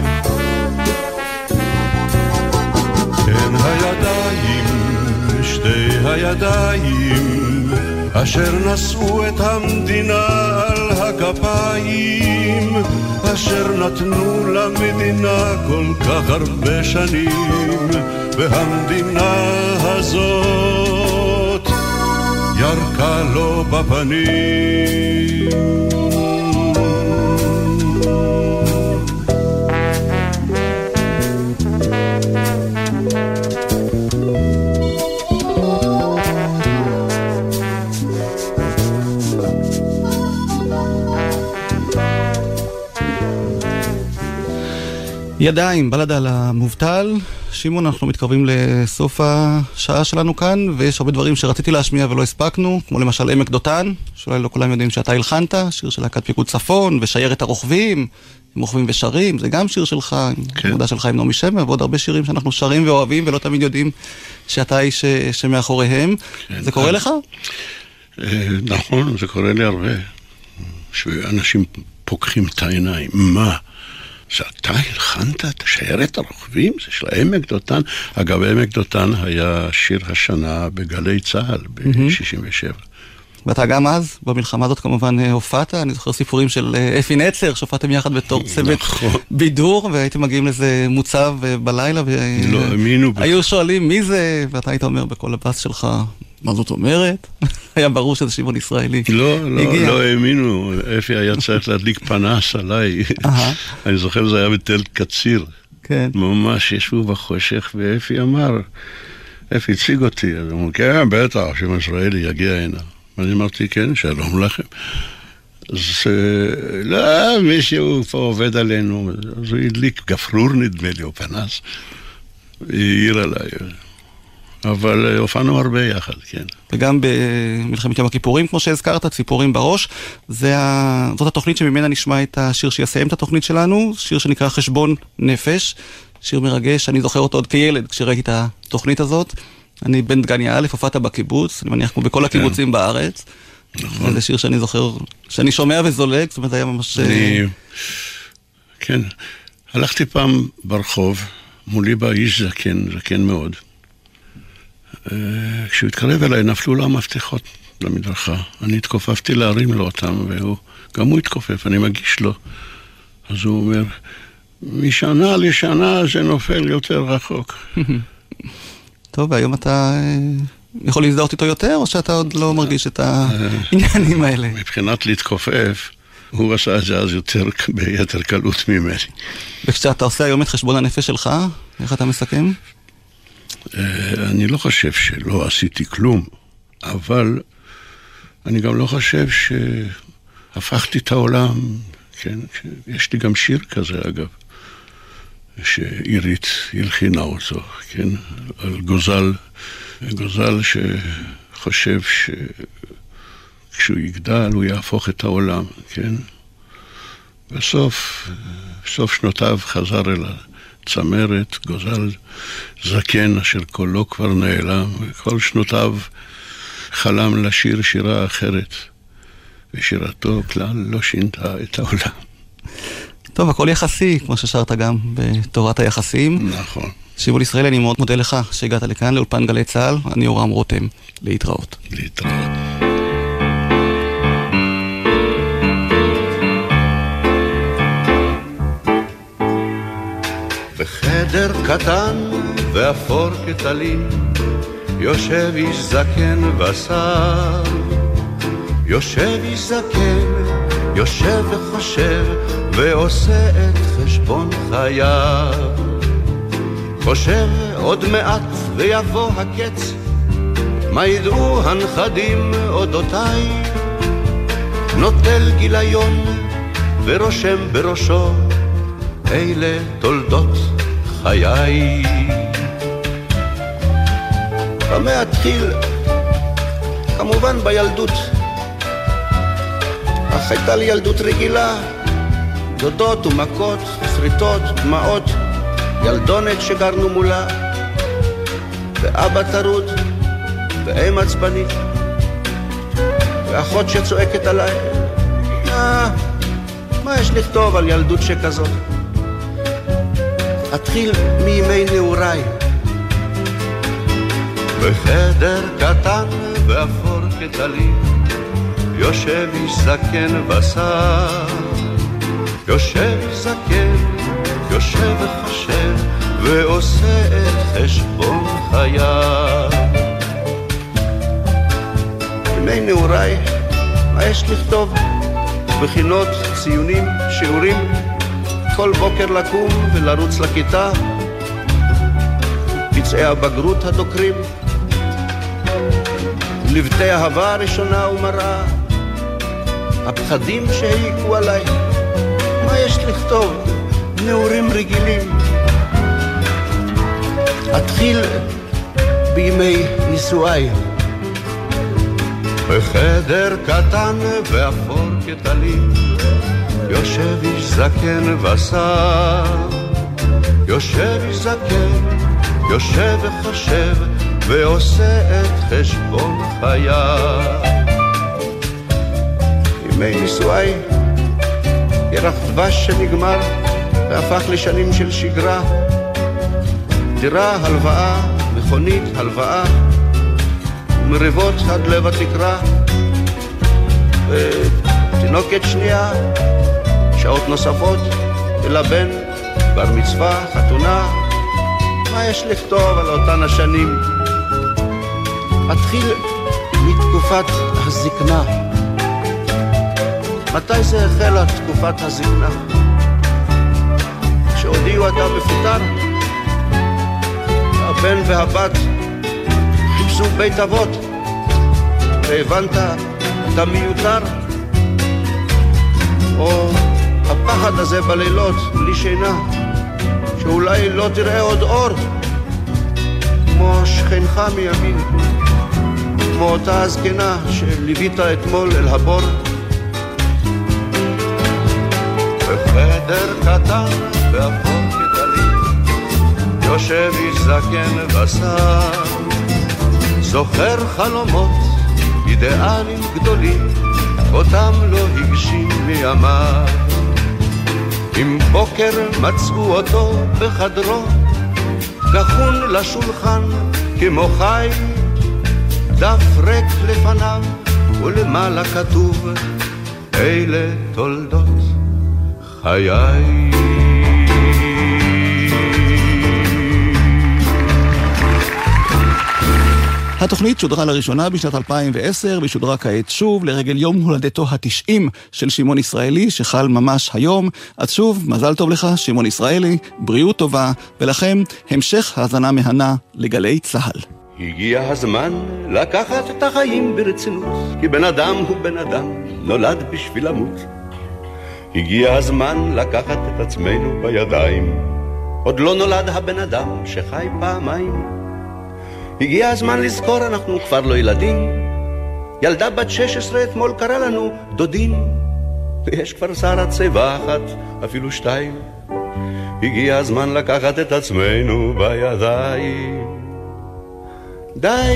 כן הידיים, שתי הידיים, אשר נשאו את המדינה על הכפיים, אשר נתנו למדינה כל כך הרבה שנים, והמדינה הזאת ירקה לו בפנים. ידיים, בלד על המובטל. שמעון, אנחנו מתקרבים לסוף השעה שלנו כאן, ויש הרבה דברים שרציתי להשמיע ולא הספקנו, כמו למשל עמק דותן, שאולי לא כולם יודעים שאתה הלחנת, שיר של להקת פיקוד צפון, ושיירת הרוכבים, עם רוכבים ושרים, זה גם שיר שלך, כן. עבודה שלך עם נעמי שמר, ועוד הרבה שירים שאנחנו שרים ואוהבים, ולא תמיד יודעים שאתה איש שמאחוריהם. כן, זה קורה כן. לך? נכון, זה קורה לי הרבה. שאנשים פוקחים את העיניים, מה? שאתה הלחנת את שיירת הרוכבים? זה של עמק דותן. אגב, עמק דותן היה שיר השנה בגלי צהל ב-שישים ושבע. ואתה גם אז, במלחמה הזאת כמובן הופעת, אני זוכר סיפורים של אפי נצר, שהופעתם יחד בתור צוות בידור, והייתם מגיעים לזה מוצב בלילה, והיו שואלים מי זה, ואתה היית אומר בכל הבאס שלך, מה זאת אומרת? היה ברור שזה שמעון ישראלי. לא, לא, לא האמינו. אפי היה צריך להדליק פנס עליי. אני זוכר זה היה בתל קציר. כן. ממש ישבו בחושך, ואפי אמר, אפי הציג אותי, אז אמרו, כן, בטח, שם ישראלי יגיע הנה. ואני אמרתי, כן, שלום לכם. אז לא, מישהו פה עובד עלינו, אז הוא הדליק גפרור נדמה לי, או פנס, העיר עליי. אבל הופענו הרבה יחד, כן. וגם במלחמת יום הכיפורים, כמו שהזכרת, ציפורים בראש, זה ה... זאת התוכנית שממנה נשמע את השיר שיסיים את התוכנית שלנו, שיר שנקרא חשבון נפש, שיר מרגש, אני זוכר אותו עוד כילד כשראיתי את התוכנית הזאת. אני בן דגניה א', הופעת בקיבוץ, אני מניח כמו בכל הקיבוצים בארץ. נכון. זה שיר שאני זוכר, שאני שומע וזולג, זאת אומרת, היה ממש... אני... כן, הלכתי פעם ברחוב, מולי בא איש זקן, זקן מאוד. כשהוא התקרב אליי, נפלו לו המפתחות למדרכה. אני התכופפתי להרים לו אותם, וגם הוא התכופף, אני מגיש לו. אז הוא אומר, משנה לשנה זה נופל יותר רחוק. טוב, והיום אתה יכול להזדהות איתו יותר, או שאתה עוד לא מרגיש את העניינים האלה? מבחינת להתכופף, הוא עשה את זה אז יותר ביתר קלות ממני. וכשאתה עושה היום את חשבון הנפש שלך, איך אתה מסכם? אני לא חושב שלא עשיתי כלום, אבל אני גם לא חושב שהפכתי את העולם, כן? יש לי גם שיר כזה אגב, שעירית הלחינה אותו, כן? על גוזל, גוזל שחושב שכשהוא יגדל הוא יהפוך את העולם, כן? בסוף, בסוף שנותיו חזר אל הצמרת, גוזל זקן אשר קולו כבר נעלם, וכל שנותיו חלם לשיר שירה אחרת, ושירתו כלל לא שינתה את העולם. טוב, הכל יחסי, כמו ששרת גם בתורת היחסים. נכון. שימול ישראל, אני מאוד מודה לך שהגעת לכאן, לאולפן גלי צהל. אני יורם רותם. להתראות. להתראות. בחדר קטן ואפור כתלים יושב איש זקן ושר, יושב איש זקן, יושב וחושב ועושה את חשבון חייו. חושב עוד מעט ויבוא הקץ, מה ידעו הנכדים אודותיי. נוטל גיליון ורושם בראשו, אלה תולדות חיי. במה אתחיל? כמובן בילדות. אך הייתה לי ילדות רגילה, דודות ומכות, שריטות, דמעות, ילדונת שגרנו מולה, ואבא טרוד, ואם עצבנית, ואחות שצועקת עליי. אה, מה יש לכתוב על ילדות שכזאת? אתחיל מימי נעוריי. בחדר קטן ואפור כתלים יושב איש זקן ושר, יושב איש זקן, יושב וחושב ועושה את חשבון חייו. מימי נעוריי, מה יש לכתוב? בחינות, ציונים, שיעורים, כל בוקר לקום ולרוץ לכיתה, פצעי הבגרות הדוקרים, לבטי אהבה ראשונה ומראה, הפחדים שהעיקו עליי. מה יש לכתוב? נעורים רגילים. אתחיל בימי נישואיי. בחדר קטן ואפור כתלים יושב איש זקן ושר, יושב איש זקן, יושב וחושב ועושה את חשבון חייו. ימי נישואיי, ירח דבש שנגמר והפך לשנים של שגרה, דירה, הלוואה, מכונית, הלוואה, מריבות עד לב התקרה, ותינוקת שנייה, שעות נוספות, ולבן, בר מצווה, חתונה. מה יש לכתוב על אותן השנים? אתחיל מתקופת הזקנה. מתי זה החלה תקופת הזקנה? כשהודיעו כאילו אתה מפוטר. הבן והבת חיפשו בית אבות, והבנת, אתה מיותר. או הפחד הזה בלילות, בלי שינה, שאולי לא תראה עוד אור, כמו שכנך מימין, כמו אותה הזקנה שליווית אתמול אל הבור. בחדר קטן ואפור כדלי יושב איש זקן בשר, זוכר חלומות, אידיאלים גדולים, אותם לא הגשים מימיו. עם בוקר מצאו אותו בחדרו, גחון לשולחן כמו חי, דף ריק לפניו ולמעלה כתוב, אלה תולדות חיי. התוכנית שודרה לראשונה בשנת אלפיים ועשר ושודרה כעת שוב לרגל יום הולדתו התשעים של שמעון ישראלי שחל ממש היום. אז שוב, מזל טוב לך שמעון ישראלי, בריאות טובה, ולכם המשך האזנה מהנה לגלי צהל. הגיע הזמן לקחת את החיים ברצינות, כי בן אדם הוא בן אדם, נולד בשביל למות. הגיע הזמן לקחת את עצמנו בידיים, עוד לא נולד הבן אדם שחי פעמיים. הגיע הזמן לזכור, אנחנו כבר לא ילדים, ילדה בת שש עשרה אתמול קרא לנו דודים, ויש כבר שרה צבע אחת, אפילו שתיים. הגיע הזמן לקחת את עצמנו בידיים. די,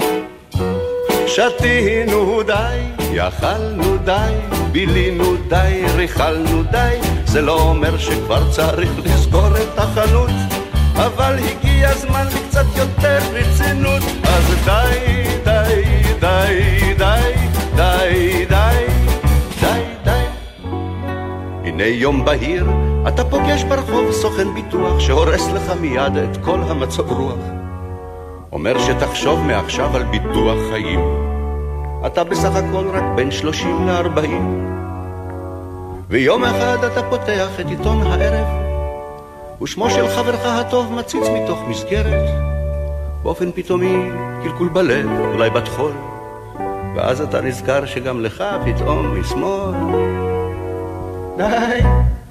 שתינו די, יאכלנו די, בילינו די, ריחלנו די. זה לא אומר שכבר צריך לסגור את החנות, אבל הגיע הזמן לקצת יותר רצינות. אז די, די, די, די, די, די, די, די. הנה יום בהיר, אתה פוגש ברחוב סוכן ביטוח שהורס לך מיד את כל המצב רוח, אומר שתחשוב מעכשיו על ביטוח חיים. אתה בסך הכל רק בין שלושים לארבעים, ויום אחד אתה פותח את עיתון הערב, ושמו של חברך הטוב מציץ מתוך מסגרת, באופן פתאומי קלקול בלב, אולי בת חול, ואז אתה נזכר שגם לך פתאום משמאל. די,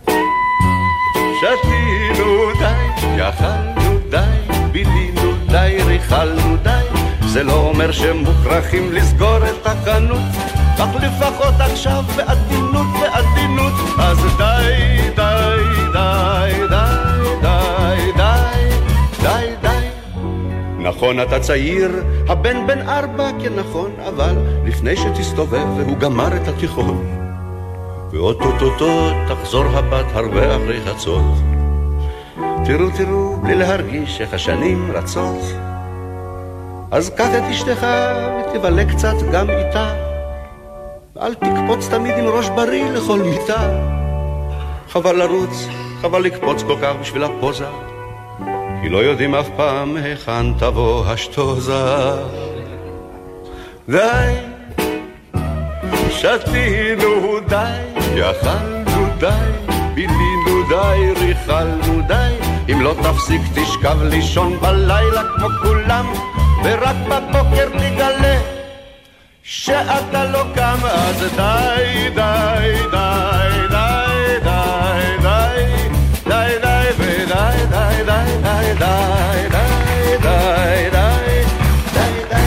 שתינו די, יאכלנו די, בילינו די, ריחלנו די. זה לא אומר שמוכרחים לסגור את החנות, אך לפחות עכשיו בעדינות, בעדינות. אז די, די, די, די, די, די, די, די. נכון, אתה צעיר, הבן בן ארבע, כן נכון, אבל לפני שתסתובב והוא גמר את התיכון, ואוטוטוטו תחזור הבת הרבה אחרי חצות. תראו, תראו, בלי להרגיש איך השנים רצות. אז קח את אשתך ותבלה קצת גם איתה, ואל תקפוץ תמיד עם ראש בריא לכל מיטה. חבל לרוץ, חבל לקפוץ כל כך בשביל הפוזה, כי לא יודעים אף פעם היכן תבוא השטוזה. די, שתינו די, יאכלנו די, בילינו די, ריחלנו די. אם לא תפסיק תשכב לישון בלילה כמו כולם, ורק בבוקר תגלה שאתה לא קם. אז די, די, די, די, די, די, די, די, ודי, די, די, די, די, די, די, די, די, די.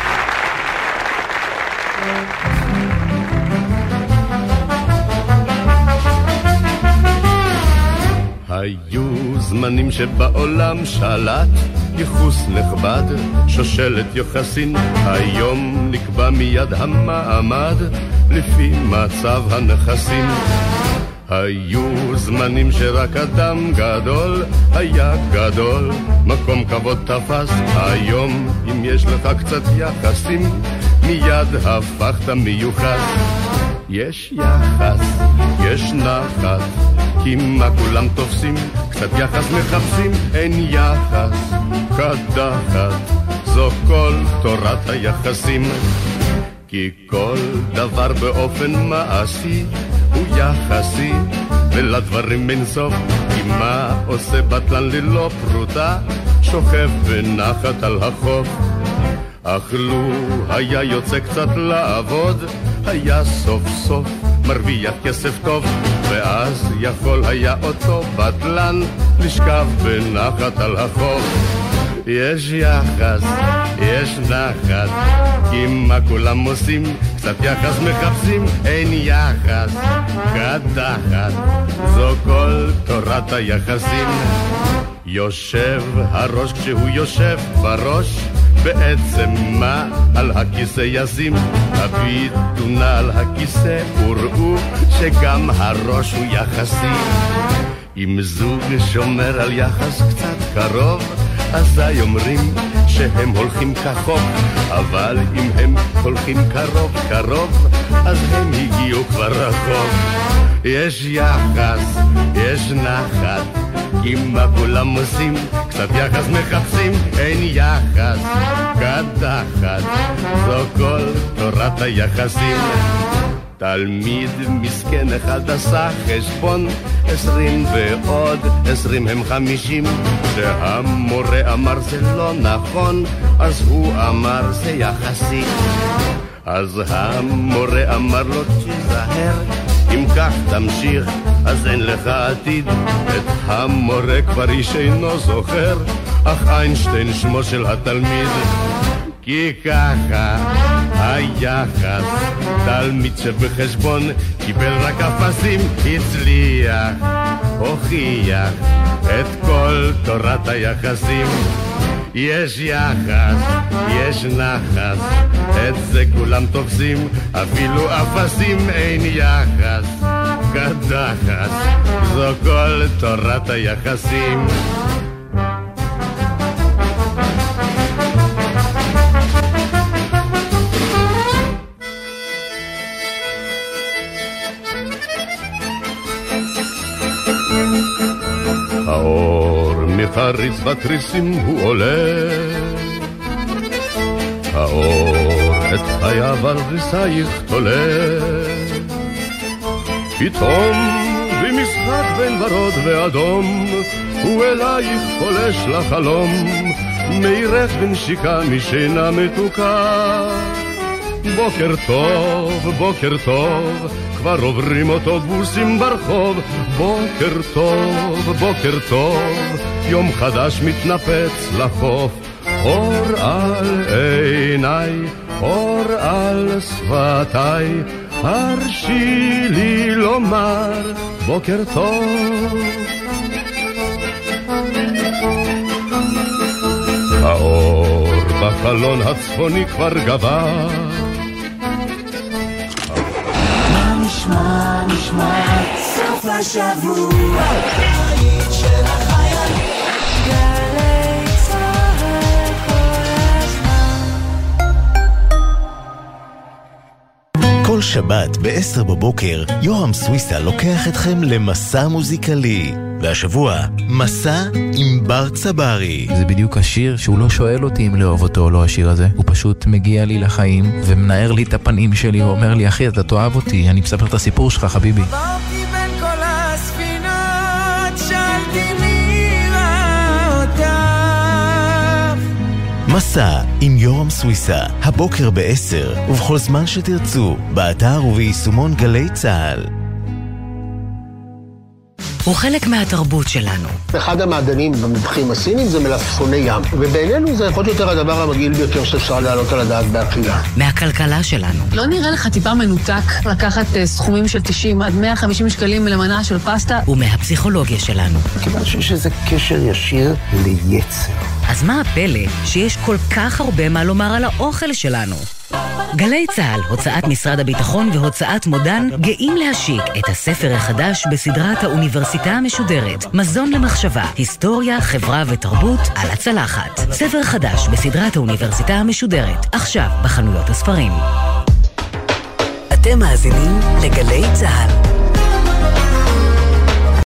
היו זמנים שבעולם שלט יחוס נכבד, שושלת יוחסין. היום נקבע מיד המעמד לפי מצב הנכסים. היו זמנים שרק אדם גדול היה גדול, מקום כבוד תפס. היום אם יש לך קצת יחסים מיד הפכת מיוחד. יש יחס, יש נחת, כי מה כולם תופסים, קצת יחס מחפשים. אין יחס, קדחת, זו כל תורת היחסים. כי כל דבר באופן מעשי הוא יחסי, ולדברים אין סוף, כי מה עושה בטלן ללא פרוטה, שוכב בנחת על החוף. אך לו היה יוצא קצת לעבוד, היה סוף סוף מרוויח כסף טוב, ואז יכול היה אותו בטלן לשכב בנחת על החוף. יש יחס, יש נחת, כי מה כולם עושים, קצת יחס מחפשים, אין יחס, קדחת, זו כל תורת היחסים. יושב הראש כשהוא יושב בראש, בעצם מה על הכיסא ישים, הביטו נא על הכיסא וראו שגם הראש הוא יחסי. אם זוג שומר על יחס קצת קרוב, אזי אומרים שהם הולכים כחוק, אבל אם הם הולכים קרוב קרוב, אז הם הגיעו כבר רחוק. יש יחס, יש נחת, כי מה כולם עושים, קצת יחס מחפשים, אין יחס, קדחת, זו כל תורת היחסים. תלמיד מסכן אחד עשה חשבון, עשרים ועוד עשרים הם חמישים, שהמורה אמר זה לא נכון, אז הוא אמר זה יחסי. אז המורה אמר לו תיזהר, אם כך תמשיך אז אין לך עתיד. את המורה כבר איש אינו זוכר, אך איינשטיין שמו של התלמיד. כי ככה היחס, תלמיד שבחשבון קיבל רק אפסים, הצליח, הוכיח את כל תורת היחסים. יש יחס, יש נחס, את זה כולם תופסים, אפילו אפסים אין יחס, קדחת, זו כל תורת היחסים. האור מחריץ בתריסים הוא עולה, האור את חייו על ריסייך תולה. פתאום במשחק בין ורוד ואדום, הוא אלייך פולש לחלום, מאירך בנשיקה משינה מתוקה. בוקר טוב, בוקר טוב, כבר עוברים אוטובוסים ברחוב. בוקר טוב, בוקר טוב, יום חדש מתנפץ לחוף. אור על עיניי, אור על שפתיי, הרשי לי לומר בוקר טוב. האור בחלון הצפוני כבר גבר, נשמע, נשמע, סוף השבוע, היית של החייל, גלי צהל כל הזמן. כל שבת בעשר בבוקר, יורם סוויסה לוקח אתכם למסע מוזיקלי. והשבוע, מסע עם בר צברי. זה בדיוק השיר שהוא לא שואל אותי אם לאהוב אותו או לא, השיר הזה. הוא פשוט מגיע לי לחיים ומנער לי את הפנים שלי ואומר לי, אחי, אתה תאהב אותי, אני מספר את הסיפור שלך, חביבי. עברתי בין כל הספינות, שאלתי מי ראה אותך. מסע עם יורם סוויסה, הבוקר בעשר, ובכל זמן שתרצו, באתר וביישומון גלי צהל. הוא חלק מהתרבות שלנו. אחד המעדנים במבחים הסינים זה מלפפוני ים, ובינינו זה יכול יותר הדבר המגעיל ביותר שאפשר להעלות על הדעת באכילה. מהכלכלה שלנו. לא נראה לך טיפה מנותק לקחת סכומים של תשעים עד מאה וחמישים שקלים למנה של פסטה? ומהפסיכולוגיה שלנו. כיוון שיש איזה קשר ישיר ליצר. אז מה הפלא שיש כל כך הרבה מה לומר על האוכל שלנו? גלי צהל, הוצאת משרד הביטחון והוצאת מודן גאים להשיק את הספר החדש בסדרת האוניברסיטה המשודרת, מזון למחשבה, היסטוריה, חברה ותרבות על הצלחת. ספר חדש בסדרת האוניברסיטה המשודרת, עכשיו בחנויות הספרים. אתם מאזינים לגלי צהל.